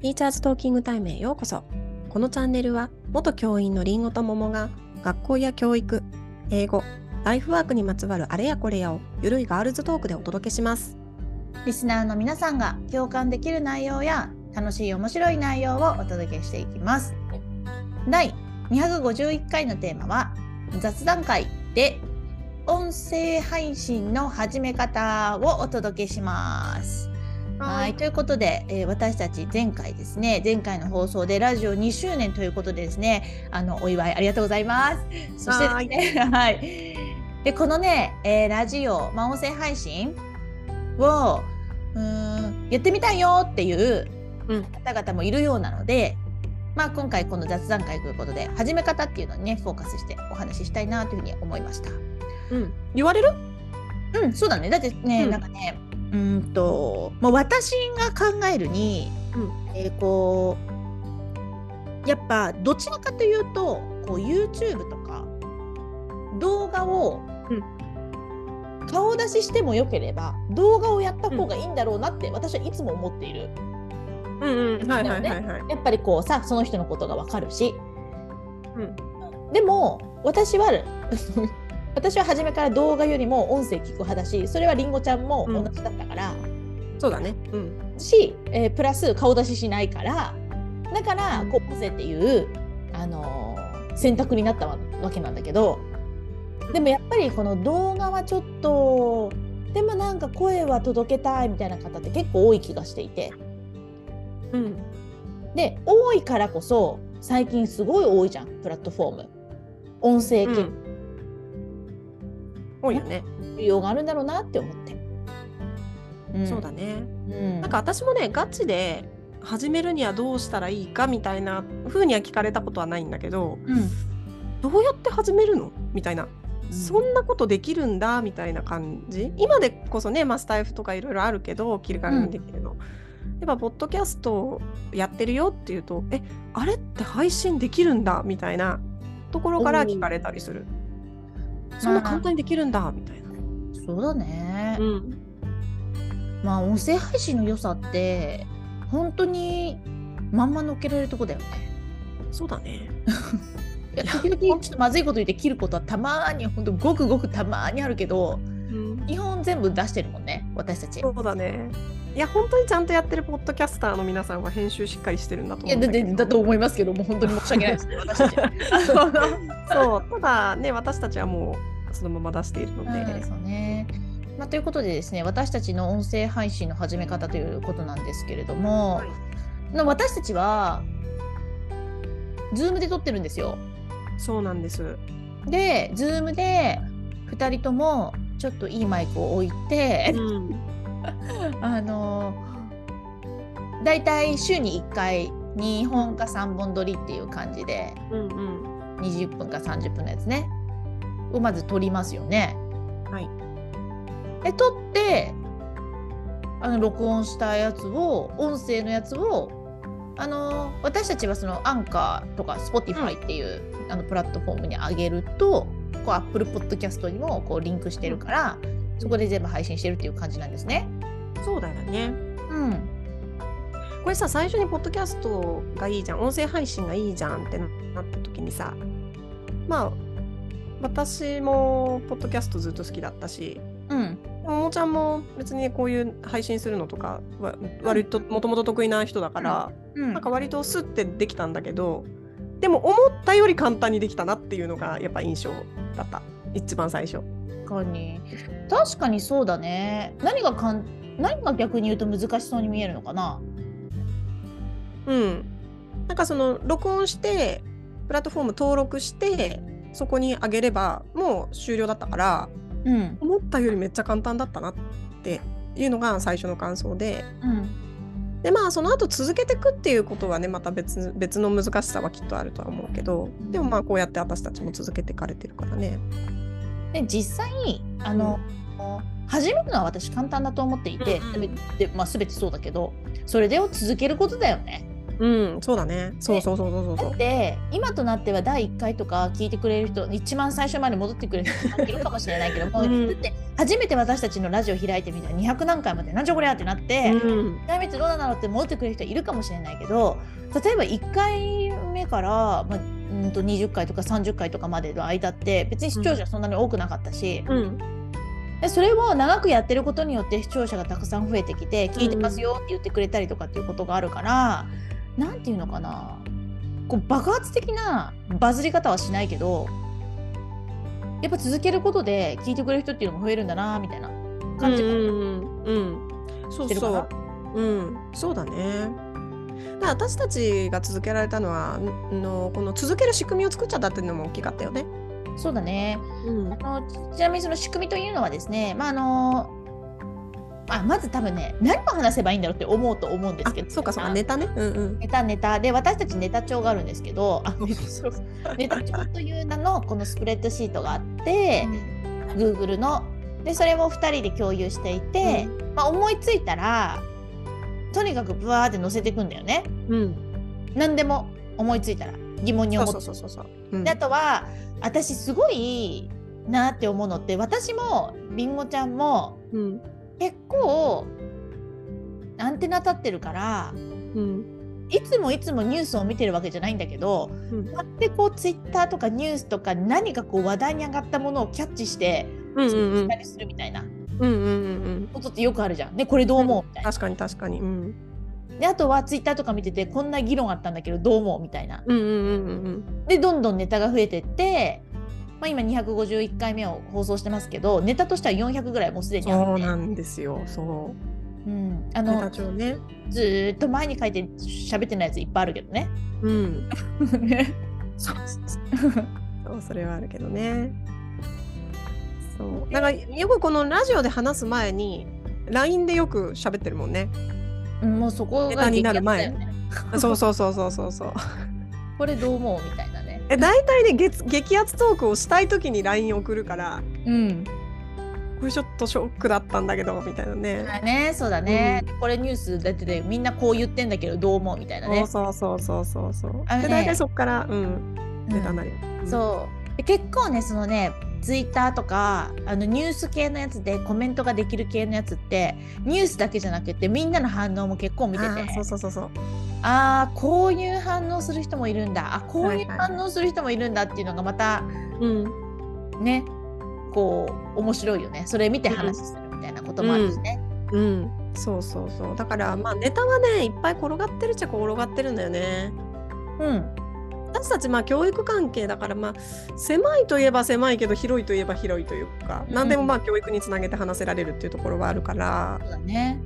ティーチャーズトーキングタイムへようこそ。このチャンネルは元教員のりんごと桃が学校や教育、英語、ライフワークにまつわるあれやこれやをゆるいガールズトークでお届けします。 リスナーの皆さんが共感できる内容や楽しい面白い内容をお届けしていきます。第251回のテーマは雑談会で音声配信の始め方をお届けします。はい、ということで、私たち前回の放送でラジオ2周年ということでですね、お祝いありがとうござざいます。そしてですね、はい。で、このね、ラジオ、音声配信をやってみたいよっていう方々もいるようなので、今回この雑談会ということで始め方っていうのにねフォーカスしてお話ししたいなというふうに思いました。 言われる？ そうだね。だってね、なんかね、もう私が考えるに、やっぱどちらかというとYouTube とか動画を、顔出ししてもよければ動画をやった方がいいんだろうなって私はいつも思っている。やっぱりその人のことが分かるし、でも私は初めから動画よりも音声聞く派だし、それはりんごちゃんも同じだったから、 そうだね、 プラス顔出ししないから、だから音声っていう、選択になったわけなんだけど、でもやっぱりこの動画はちょっとでもなんか声は届けたいみたいな方って結構多い気がしていて、で多いからこそ最近すごい多いじゃん、プラットフォーム音声系、 多いよね。 需要があるんだろうなって思って、 そうだね、なんか私もねガチで始めるにはどうしたらいいかみたいな風には聞かれたことはないんだけど、どうやって始めるのみたいな、そんなことできるんだみたいな感じ。今でこそねスタイフとかいろいろあるけど気軽にできるの、やっぱポッドキャストやってるよっていうと、あれって配信できるんだみたいなところから聞かれたりする。そんな簡単にできるんだみたいな。 そうだね、音声配信の良さって本当にまんま乗っけられるとこだよね。 そうだね。 時々ちょっとまずいこと言って切ることはたまに、本当ごくごくたまにあるけど、基本全部出してるもんね、私たち。 そうだね。いや本当にちゃんとやってるポッドキャスターの皆さんは編集しっかりしてるんだと思うんだけど。 だと思いますけども、本当に申し訳ないです私たちそう、ただね私たちはもうそのまま出しているので、 そうね。ということでですね、私たちの音声配信の始め方ということなんですけれども、私たちは Zoom で撮ってるんですよ。 そうなんです。 で Zoom で2人ともちょっといいマイクを置いて、だいたい週に1回2本か3本撮りっていう感じで、20分か30分のやつねをまず撮りますよね。で撮って録音したやつを、音声のやつを私たちはそのアンカーとか Spotify っていう、プラットフォームに上げるとApple Podcast にもリンクしてるから、そこで全部配信してるっていう感じなんですね。 そうだよね。これさ、最初にポッドキャストがいいじゃん、音声配信がいいじゃんってなった時にさ、私もポッドキャストずっと好きだったし、ももちゃんも別にこういう配信するのとかは割ともともと得意な人だから、なんか割とスッてできたんだけど、でも思ったより簡単にできたなっていうのがやっぱ印象だった、一番最初。 確かにそうだね。何が逆に言うと難しそうに見えるのかな。 なんかその録音してプラットフォーム登録してそこに上げればもう終了だったから、思ったよりめっちゃ簡単だったなっていうのが最初の感想で、でその後続けていくっていうことはねまた別の難しさはきっとあるとは思うけど、でもこうやって私たちも続けていかれてるからね。 で実際始めるのは私簡単だと思っていて、全てそうだけど、それでを続けることだよね。 そうだね。そうそうそうそうそう。 だって今となっては第1回とか聞いてくれる人、一番最初まで戻ってくれる人いるかもしれないけども、だって初めて私たちのラジオ開いてみたら200何回までなんじゃこりゃってなって、1回目ってどうなんだろうって戻ってくれる人いるかもしれないけど、例えば1回目から、20回とか30回とかまでの間って別に視聴者そんなに多くなかったし、でそれを長くやってることによって視聴者がたくさん増えてきて、聞いてますよって言ってくれたりとかっていうことがあるから、なんていうのかな、こう爆発的なバズり方はしないけど、やっぱ続けることで聞いてくれる人っていうのも増えるんだなみたいな感じがしてるかな。 そうだね。だから私たちが続けられたのはこの続ける仕組みを作っちゃったっていうのも大きかったよね。 そうだね。ちなみにその仕組みというのはですね、まず多分ね、何を話せばいいんだろうって思うと思うんですけど、 そうかそうか、ネタね。 ネタで、私たちネタ帳があるんですけど、ネタ帳という名のこのスプレッドシートがあって、Google のでそれを2人で共有していて、思いついたらとにかくブワーって載せていくんだよね。何でも思いついたら疑問に思って、であとは私すごいなって思うのって、私もりんごちゃんも、結構アンテナ立ってるから、いつもニュースを見てるわけじゃないんだけど、こうやってこうツイッターとかニュースとか何かこう話題に上がったものをキャッチしてしたりするみたいなことってよくあるじゃん。ね、これどう思うみたいな。 確かに確かに。 であとはツイッターとか見ててこんな議論あったんだけどどう思うみたいな。でどんどんネタが増えてって、今251回目を放送してますけど、ネタとしては400ぐらいもうすでにあって。 そうなんですよ。そう。ネタ帳ね。 ずーっと前に書いて喋ってないやついっぱいあるけどね。 そうそれはあるけどね。そうだからよくこのラジオで話す前に LINE でよく喋ってるもんね。 もうそこがネタになる前に。そう。 これどう思うみたいなね。 大体ね激アツトークをしたい時に LINE 送るから、これちょっとショックだったんだけどみたいなね。 そうだね、これニュースだっててみんなこう言ってんだけどどう思うみたいなね。 そうで大体そっからネタになる。 そう結構ね、そのねツイッターとかニュース系のやつでコメントができる系のやつってニュースだけじゃなくてみんなの反応も結構見てて、こういう反応する人もいるんだ、こういう反応する人もいるんだっていうのがまた、ね、こう面白いよね。それ見て話するみたいなこともあるしね。 そうだからネタはねいっぱい転がってるっちゃ転がってるんだよね。私たち教育関係だから狭いといえば狭いけど広いといえば広いというか、何でも教育につなげて話せられるっていうところはあるから。 そうだね。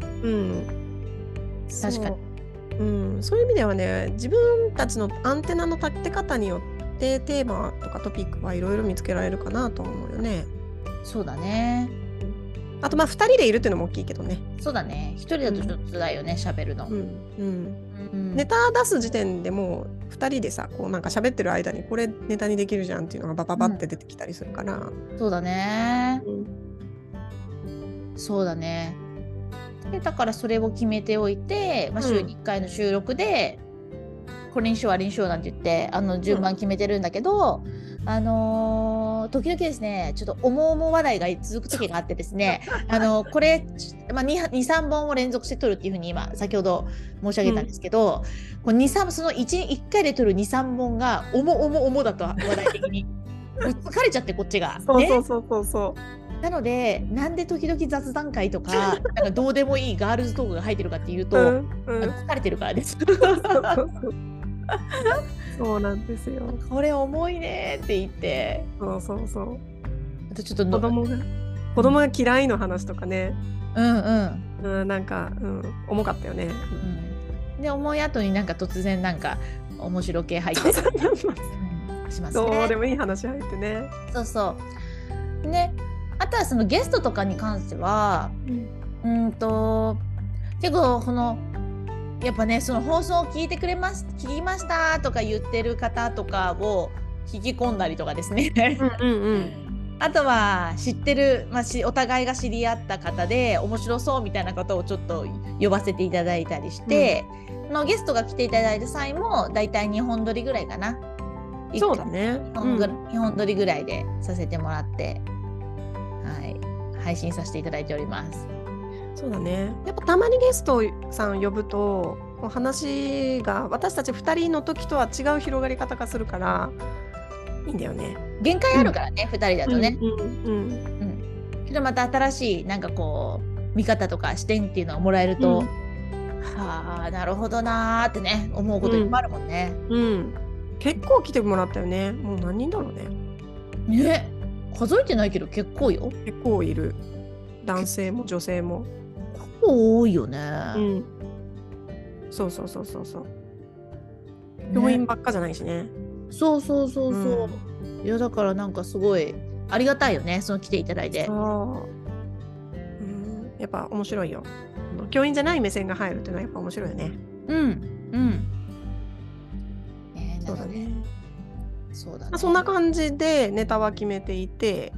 確かに。 そういう意味ではね、自分たちのアンテナの立て方によってテーマとかトピックはいろいろ見つけられるかなと思うよね。 そうだね。 あと2人でいるっていうのも大きいけどね。 そうだね。1人だとちょっと辛いよね、喋るの。 ネタ出す時点でもう2人でさ、こうなんか喋ってる間にこれネタにできるじゃんっていうのがバババって出てきたりするから。 そうだね。そうだね。でだからそれを決めておいて、週に1回の収録でこれにしようあれにしようなんて言って順番決めてるんだけど、時々ですねちょっと重話題が続く時があってですねこれ、2、3本を連続して撮るっていうふうに今先ほど申し上げたんですけど、その 1回で撮る 2,3 本が重だと話題的に疲れちゃってこっちが、ね、 そうなのでなんで時々雑談会とかなんかどうでもいいガールズトークが入ってるかっていうと、疲れてるからです。 そうなんですよ。 これ重いねって言って。 そうあとちょっと子供が嫌いの話とかね。なんか、重かったよね。 で重い後になんか突然なんか面白系入ってしますね。 どうでもいい話入ってね。 そうね。あとはそのゲストとかに関しては、結構このやっぱねその放送を聞きましたとか言ってる方とかを聞き込んだりとかですねあとは知ってる、お互いが知り合った方で面白そうみたいな方をちょっと呼ばせていただいたりして、ゲストが来ていただいた際もだいたい2本撮りぐらいかな。 そうだね。 2本撮りぐらいでさせてもらって、はい、配信させていただいております。 そうだね。やっぱたまにゲストさん呼ぶと話が私たち2人の時とは違う広がり方がするからいいんだよね。 限界あるからね、2人だとね。けどまた新しいなんかこう見方とか視点っていうのをもらえると、はあなるほどなーってね思うこといっぱいあるもんね。 結構来てもらったよね。もう何人だろうね。 ね、数えてないけど結構よ。 結構いる。男性も女性も。 結構多いよね。 そう。教員ばっかじゃないしね。 そう。いやだからなんかすごいありがたいよね、その来ていただいて。 やっぱ面白いよ。教員じゃない目線が入るっていうのはやっぱ面白いよね。そうだね。 そうだね。 そんな感じでネタは決めていて、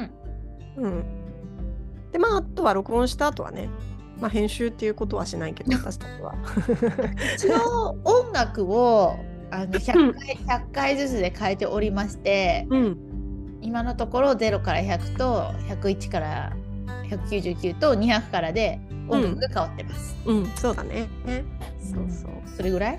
であとは録音した後はね、編集っていうことはしないけど私たちは一応音楽を100回ずつで変えておりまして、今のところ0から100と101から199と200からで音楽が変わってます。 そうだね。 それぐらい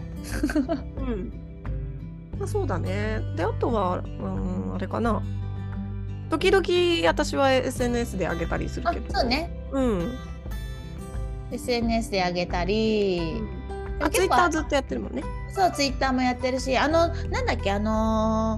そうだね。であとはあれかな、時々私は SNS で上げたりするけど。 そうね。SNS で上げたり、 ツイッターずっとやってるもんね。 そう、ツイッターもやってるし、なんだっけ、Apple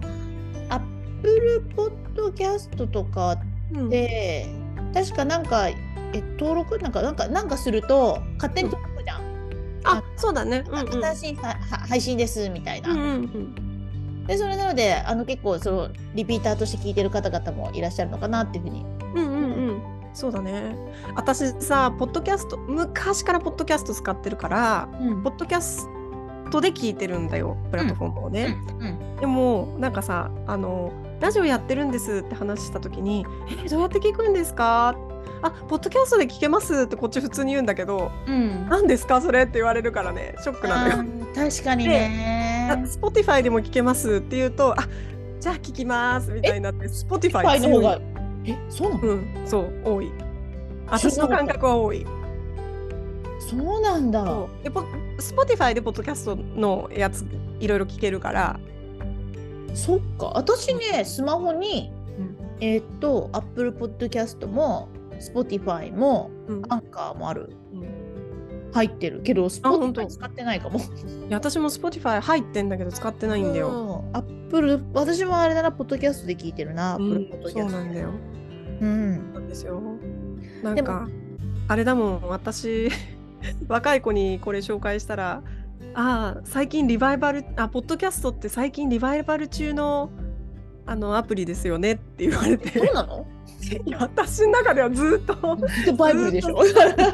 Podcast とかで、確かなんか登録なんかすると勝手に登録じゃん。 そうだね。 新しい配信ですみたいな。でそれなので結構そのリピーターとして聞いてる方々もいらっしゃるのかなっていうふうに。 そうだね。私さ、ポッドキャスト昔からポッドキャスト使ってるから、ポッドキャストで聞いてるんだよ、プラットフォームをね。でもなんかさ、ラジオやってるんですって話した時にどうやって聞くんですか？ポッドキャストで聞けますってこっち普通に言うんだけど、何ですかそれって言われるからね、ショックなのよ。 確かにね。 Spotify でも聞けますって言うと、じゃあ聞きますみたいになって、Spotify の方がそうなの？ そう多い。私の感覚は多い。 そうなんだ。 でSpotify でポッドキャストのやついろいろ聞けるから。 そっか、私ねスマホにApple Podcast も Spotify もアンカーもある、入ってるけど Spotify 使ってないかも。いや私も Spotify 入ってんだけど使ってないんだよ。 私もあれならポッドキャストで聞いてるな。 そうなんだよ。なんですよ。なんかあれだもん、私若い子にこれ紹介したら最近リバイバルポッドキャストって最近リバイバル中のアプリですよねって言われて。 そうなの？ いや私の中ではずっとバイブルでしょ。本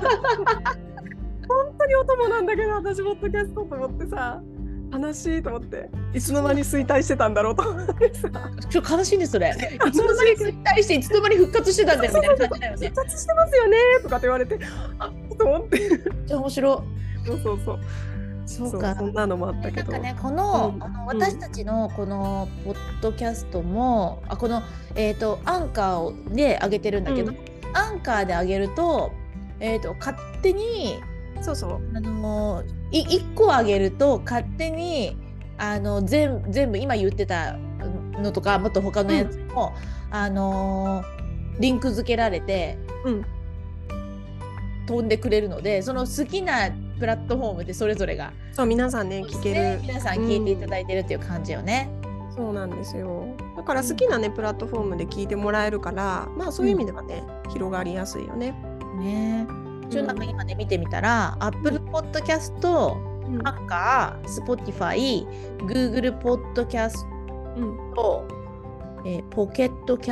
当にお供なんだけど、私ポッドキャストと思ってさ、悲しいと思って、いつの間に衰退してたんだろうと思ってさ。 ちょっと悲しいねそれ。いつの間に衰退していつの間に復活してたんだよみたいな感じだよね。 復活してますよねとかって言われて、と思って。 じゃあ面白い。 そうか、そんなのもあったけど。 なんかね、私たちのこのポッドキャストもこのアンカーで上げてるんだけど、アンカーで上げると勝手に1個上げると勝手に全部今言ってたのとかもっと他のやつも、リンク付けられて、飛んでくれるので、その好きなプラットフォームでそれぞれが皆さんね聞ける、 皆さん聞いていただいてるっていう感じよね。 そうなんですよ。だから好きなねプラットフォームで聞いてもらえるから、そういう意味ではね、広がりやすいよね。 なんか今ね見てみたら、Apple Podcast、Anchor、Spotify、Google Podcast、Pocket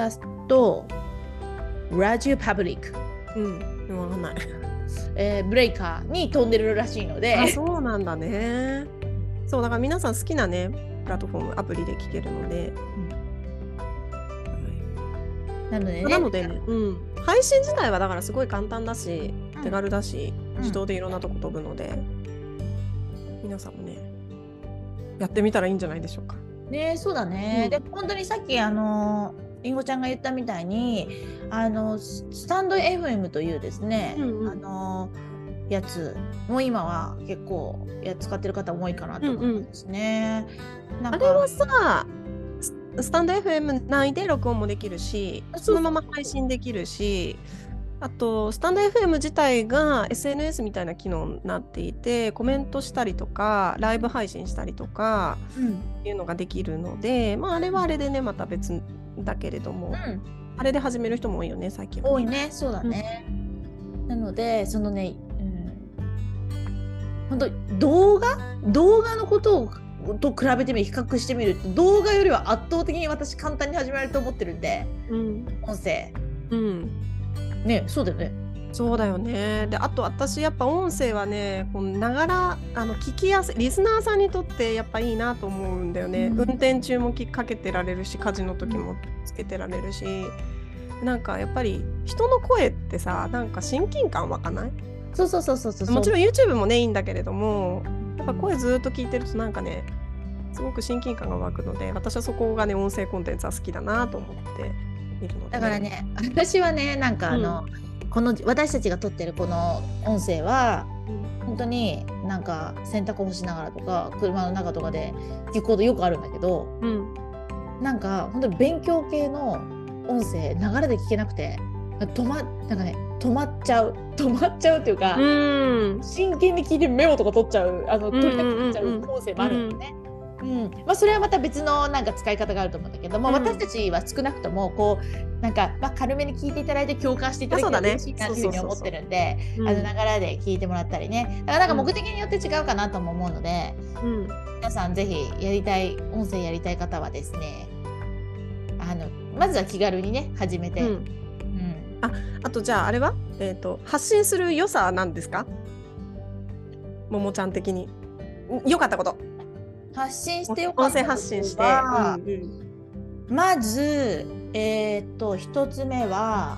Cast、Radio Public、 わかんない。 ブレイカーに飛んでるらしいので。 そうなんだね。そうだから皆さん好きなねプラットフォームアプリで聞けるので、 なのでね、配信自体はだからすごい簡単だし、手軽だし、自動でいろんなとこ飛ぶので、皆さんもねやってみたらいいんじゃないでしょうか。 ね、そうだね。で本当にさっきりんごちゃんが言ったみたいにスタンド FM というですね、やつも今は結構使ってる方多いかなと思うんですね。 あれはさ、スタンド FM 内で録音もできるし、そのまま配信できるし、あとスタンド FM 自体が SNS みたいな機能になっていて、コメントしたりとかライブ配信したりとかっていうのができるので、あれはあれでねまた別だけれども、あれで始める人も多いよね最近は、 多いね。そうだね。なのでそのね、本当動画のことと比べてみる、比較してみると動画よりは圧倒的に私簡単に始められると思ってるんで、音声、ね、そうだよね。 そうだよね。であと私やっぱ音声はねながら聞きやすい、リスナーさんにとってやっぱいいなと思うんだよね。運転中もかけてられるし、家事の時もつけてられるし、なんかやっぱり人の声ってさ、なんか親近感湧かない？ そうもちろん YouTube もねいいんだけれども、やっぱ声ずっと聞いてるとなんかねすごく親近感が湧くので、私はそこがね音声コンテンツは好きだなと思っているので、 だからね、私はねなんかこの私たちが撮ってるこの音声は、本当になんか洗濯干しながらとか車の中とかで聞くことよくあるんだけど、なんか本当に勉強系の音声流れで聞けなくて止まっちゃうっていうか、真剣に聞いてメモとか取っちゃう取りたくなっちゃう音声もあるんだよね。それはまた別のなんか使い方があると思うんだけども、私たちは少なくともこうなんか、軽めに聞いていただいて共感していただけたら嬉しいなというふうに思ってるんで、流れで聞いてもらったりね、だからなんか目的によって違うかなとも思うので、皆さんぜひ音声やりたい方はですね、まずは気軽にね始めて、 あとじゃああれは、発信する良さなんですか？ももちゃん的に良かったこと。 発信してよかったことは、 音声発信して、 まず一つ目は、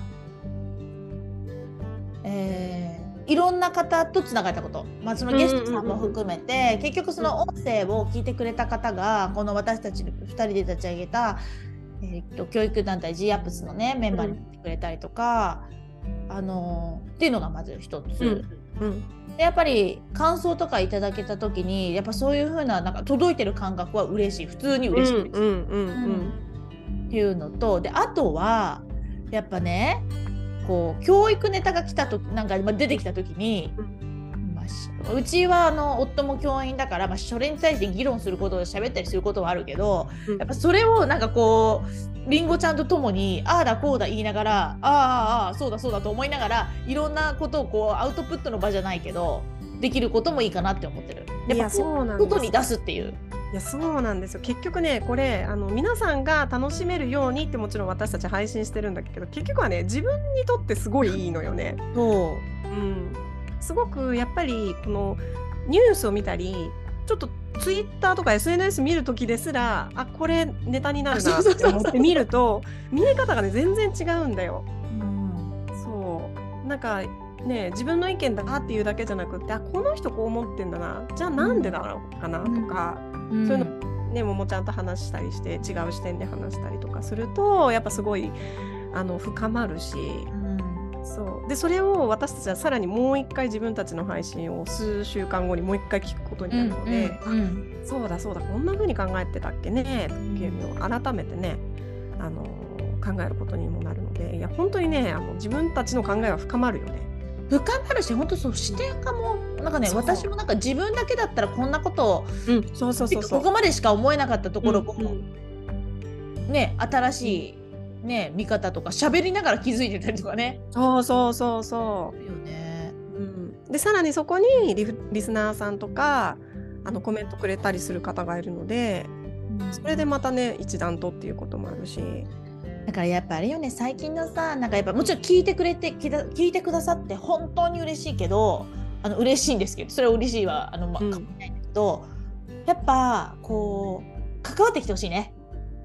いろんな方とつながったこと、そのゲストさんも含めて、結局その音声を聞いてくれた方がこの私たち2人で立ち上げた、教育団体 GAPS のねメンバーになってくれたりとか、っていうのがまず一つ。でやっぱり感想とかいただけた時にやっぱそういう風な、なんか届いてる感覚は嬉しい、普通に嬉しいですっていうのと、であとはやっぱねこう教育ネタが来た時なんか出てきた時に、うちは夫も教員だから、それに対して議論することを喋ったりすることはあるけど、やっぱそれをなんかこうりんごちゃんと共にああだこうだ言いながら、ああそうだそうだと思いながら、いろんなことをこうアウトプットの場じゃないけどできることもいいかなって思ってる。やっぱ外に出すっていう。 いやそうなんですよ。結局ねこれ皆さんが楽しめるようにってもちろん私たち配信してるんだけど、結局はね自分にとってすごいいいのよね。すごくやっぱりこのニュースを見たり、ちょっとツイッターとか SNS 見るときですら、これネタになるなって思って見ると見え方がね全然違うんだよ。そうなんかね、自分の意見だっていうだけじゃなくて、この人こう思ってんだな、じゃあなんでだろうかなとか、そういうのねももちゃんと話したりして、違う視点で話したりとかするとやっぱすごい深まるし、そうでそれを私たちはさらにもう一回自分たちの配信を数週間後にもう一回聞くことになるので、そうだこんな風に考えてたっけねっていうのを改めてね考えることにもなるので、いや本当にね自分たちの考えは深まるよね。 深まるし、本当そう視点がもうなんかね、私もなんか自分だけだったらこんなことを、ここまでしか思えなかったところを、ね新しいね、見方とか喋りながら気づいてたりとかね。 そうよね。でさらにそこにリスナーさんとかコメントくれたりする方がいるので、それでまたね一段とっていうこともあるし、 だからやっぱあれよね、最近のさ、なんかやっぱもちろん聞いてくださって本当に嬉しいけど、嬉しいんですけど、それは嬉しいは構わないんだけど、やっぱこう関わってきてほしいね。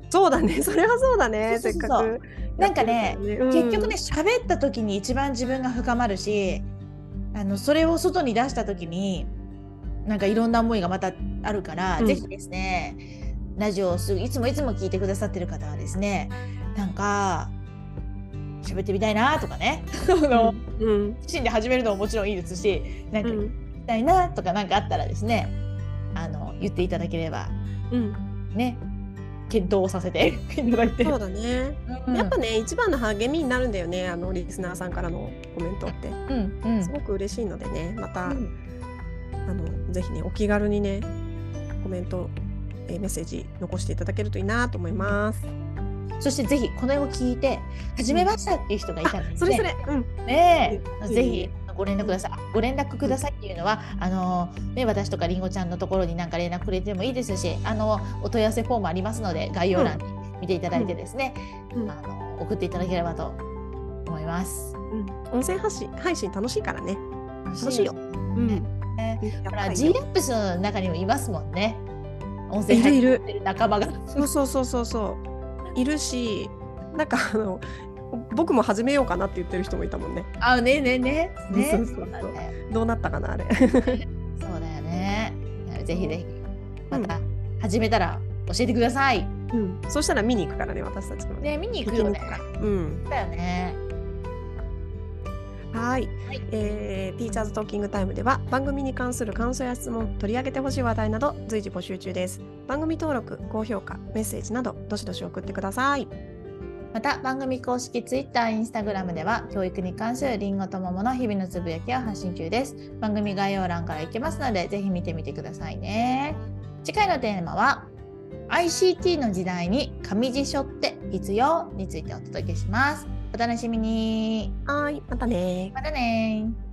そうだね、それはそうだね。 そうそうそうせっかくなんかね、結局ね、 う喋った時に一番自分が深まるし、それを外に出した時になんかいろんな思いがまたあるから、ぜひですね、ラジオをいつも聞いてくださってる方はですね、なんか喋ってみたいなとかね、自身で始めるのももちろんいいですし、なんかみたいなとかなんかあったらですね、言っていただければ、ね、検討をさせていただいて。 そうだね、やっぱね、一番の励みになるんだよね、リスナーさんからのコメントって、すごく嬉しいのでね、また、ぜひね、お気軽にね、コメント、メッセージ残していただけるといいなと思います。 そしてぜひこれを聞いて始めましたっていう人がいたらですね、それね、ぜひご連絡ください。ご連絡くださいっていうのはね、私とかりんごちゃんのところになんか連絡くれてもいいですし、お問い合わせフォームありますので概要欄に見ていただいてですね、送っていただければと思います。 音声配信楽しいからね。楽しいよ。 ほら G-RAPS の中にもいますもんね。音声配信してる仲間が。 そういるし、なんか僕も始めようかなって言ってる人もいたもんね。 ね。 どうなったかなあれ。 そうだよね。ぜひまた始めたら教えてください。 そしたら見に行くからね、私たちもね。見に行くよね。だよね。 はい、ティーチャーズトーキングタイムでは番組に関する感想や質問、取り上げてほしい話題など随時募集中です。番組登録、高評価、メッセージなどどしどし送ってください。 また番組公式 Twitter、Instagram では教育に関するりんごと桃の日々のつぶやきを発信中です。番組概要欄から行けますのでぜひ見てみてくださいね。次回のテーマは ICT の時代に紙辞書って必要についてお届けします。お楽しみに。 はい、またね。 またね。